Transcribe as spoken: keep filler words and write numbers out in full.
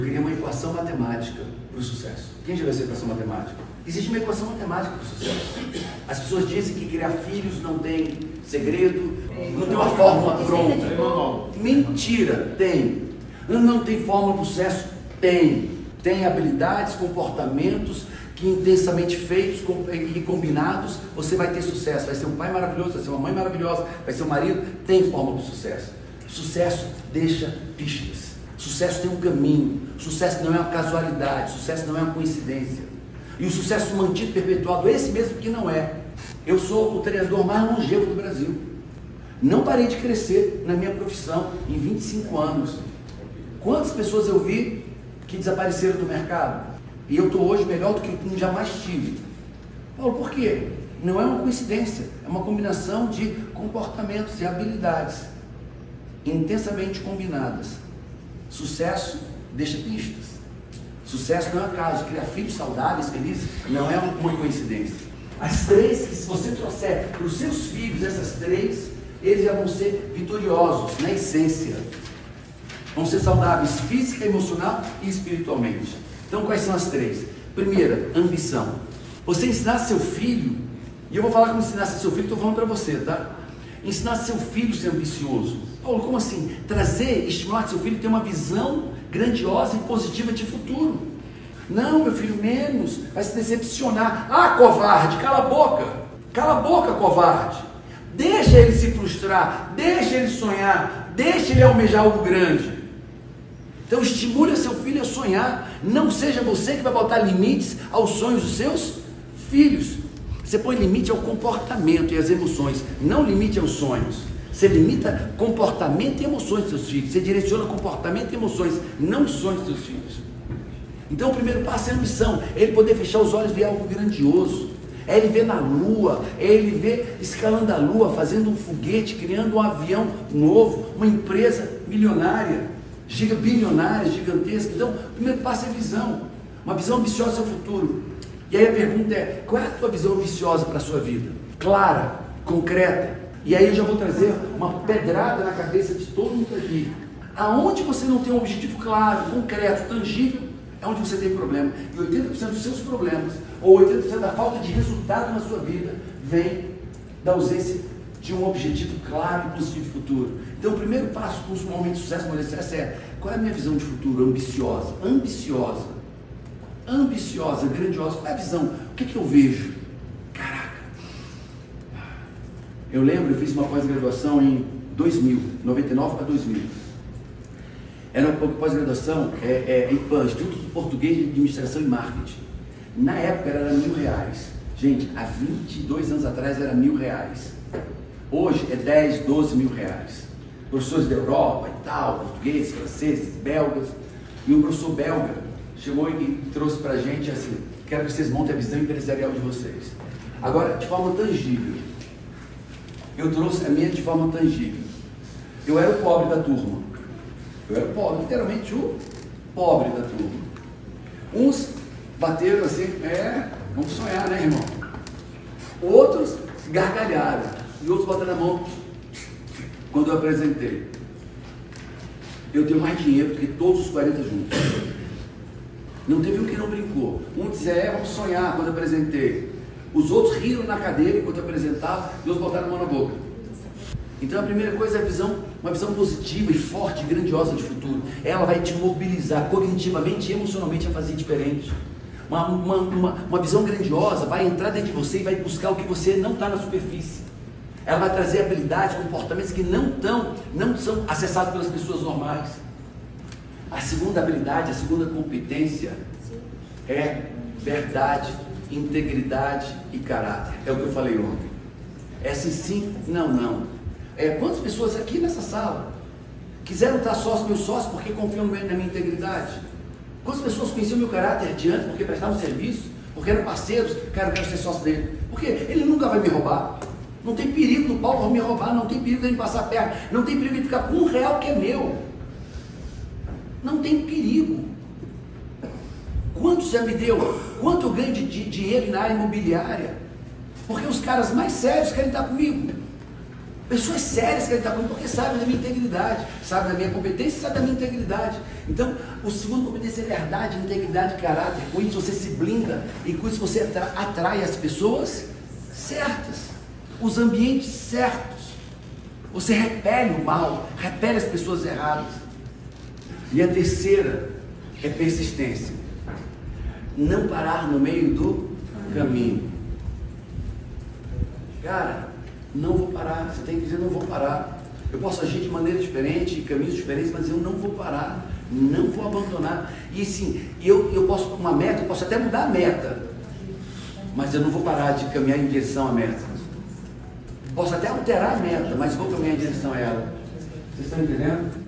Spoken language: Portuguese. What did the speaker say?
Eu queria uma equação matemática para o sucesso. Quem já viu essa equação matemática? Existe uma equação matemática para o sucesso. As pessoas dizem que criar filhos não tem segredo, não tem uma fórmula pronta. Mentira, tem. Não tem fórmula para o sucesso? Tem. Tem habilidades, comportamentos que intensamente feitos e combinados, você vai ter sucesso. Vai ser um pai maravilhoso, vai ser uma mãe maravilhosa, vai ser um marido. Tem fórmula para o sucesso. Sucesso deixa pistas. Sucesso tem um caminho. Sucesso não é uma casualidade. Sucesso não é uma coincidência. E o sucesso mantido, perpetuado, esse mesmo que não é. Eu sou o treinador mais longevo do Brasil. Não parei de crescer na minha profissão em vinte e cinco anos. Quantas pessoas eu vi que desapareceram do mercado? E eu estou hoje melhor do que eu jamais tive. Paulo, por quê? Não é uma coincidência. É uma combinação de comportamentos e habilidades intensamente combinadas. Sucesso deixa pistas. Sucesso não é acaso. Criar filhos saudáveis, felizes, não é uma coincidência. As três, que se você trouxer para os seus filhos essas três, eles já vão ser vitoriosos na essência. Vão ser saudáveis física, emocional e espiritualmente. Então, quais são as três? Primeira, ambição. Você ensinar seu filho, e eu vou falar como ensinar seu filho, estou falando para você, tá? Ensinar seu filho a ser ambicioso. Paulo, como assim? Trazer, estimular seu filho a ter uma visão grandiosa e positiva de futuro. Não, meu filho, menos. Vai se decepcionar. Ah, covarde, cala a boca. Cala a boca, covarde. Deixa ele se frustrar. Deixa ele sonhar. Deixa ele almejar algo grande. Então, estimule seu filho a sonhar. Não seja você que vai botar limites aos sonhos dos seus filhos. Você põe limite ao comportamento e às emoções. Não limite aos sonhos. Você limita comportamento e emoções dos seus filhos. Você direciona comportamento e emoções, não os sonhos dos seus filhos. Então o primeiro passo é a ambição. É ele poder fechar os olhos e ver algo grandioso. É ele ver na lua, é ele ver escalando a lua, fazendo um foguete, criando um avião novo, uma empresa milionária, giga, bilionária, gigantesca. Então o primeiro passo é a visão. Uma visão ambiciosa do seu futuro. E aí a pergunta é, qual é a tua visão ambiciosa para a sua vida? Clara, concreta. E aí eu já vou trazer uma pedrada na cabeça de todo mundo aqui. Aonde você não tem um objetivo claro, concreto, tangível, é onde você tem problema. E oitenta por cento dos seus problemas, ou oitenta por cento da falta de resultado na sua vida, vem da ausência de um objetivo claro e positivo de futuro. Então o primeiro passo para um momento de sucesso, uma sucesso é, qual é a minha visão de futuro ambiciosa? Ambiciosa. Ambiciosa, grandiosa. Qual é a visão? O que, que eu vejo? Eu lembro, eu fiz uma pós-graduação em dois mil, noventa e nove para dois mil. Era uma pós-graduação, é, é, I P A, Instituto de Português de Administração e Marketing. Na época era mil reais. Gente, há vinte e dois anos atrás era mil reais. Hoje é dez, doze mil reais. Professores da Europa e tal, portugueses, franceses, belgas. E um professor belga chegou e trouxe para a gente assim, quero que vocês montem a visão empresarial de vocês. Agora, de forma tangível. Eu trouxe a minha de forma tangível. Eu era o pobre da turma. Eu era o pobre, literalmente o pobre da turma. Uns bateram assim, é, vamos sonhar, né, irmão? Outros gargalharam. E outros botaram a mão quando eu apresentei. Eu tenho mais dinheiro do que todos os quarenta juntos. Não teve um que não brincou. Um dizia, é, vamos sonhar quando eu apresentei. Os outros riram na cadeira enquanto eu apresentava e outros botaram a mão na boca. Então a primeira coisa é a visão, uma visão positiva e forte, grandiosa de futuro. Ela vai te mobilizar cognitivamente e emocionalmente a fazer diferente. Uma, uma, uma, uma visão grandiosa vai entrar dentro de você e vai buscar o que você não está na superfície. Ela vai trazer habilidades, comportamentos que não, tão, não são acessados pelas pessoas normais. A segunda habilidade, a segunda competência é verdade, integridade e caráter. É o que eu falei ontem. É sim, sim, não, não. É, quantas pessoas aqui nessa sala quiseram estar sócios, meus sócios, porque confiam na minha integridade? Quantas pessoas conheciam meu caráter de antes, porque prestavam serviço, porque eram parceiros, cara, eu quero ser sócio dele? Porque ele nunca vai me roubar. Não tem perigo do Paulo me roubar, não tem perigo de ele passar perto, não tem perigo de ficar com um real que é meu. Não tem perigo. Quanto já me deu? Quanto eu ganho de, de dinheiro na área imobiliária? Porque os caras mais sérios querem estar comigo. Pessoas sérias querem estar comigo porque sabem da minha integridade, sabem da minha competência e sabem da minha integridade. Então, o segundo competência é verdade, integridade, caráter. Com isso você se blinda e com isso você atra- atrai as pessoas certas, os ambientes certos. Você repele o mal, repele as pessoas erradas. E a terceira é persistência. Não parar no meio do caminho. Cara, não vou parar. Você tem que dizer, não vou parar. Eu posso agir de maneira diferente, de caminhos diferentes, mas eu não vou parar. Não vou abandonar. E sim, eu, eu posso, uma meta, eu posso até mudar a meta, mas eu não vou parar de caminhar em direção à meta. Posso até alterar a meta, mas vou caminhar em direção a ela. Vocês estão entendendo?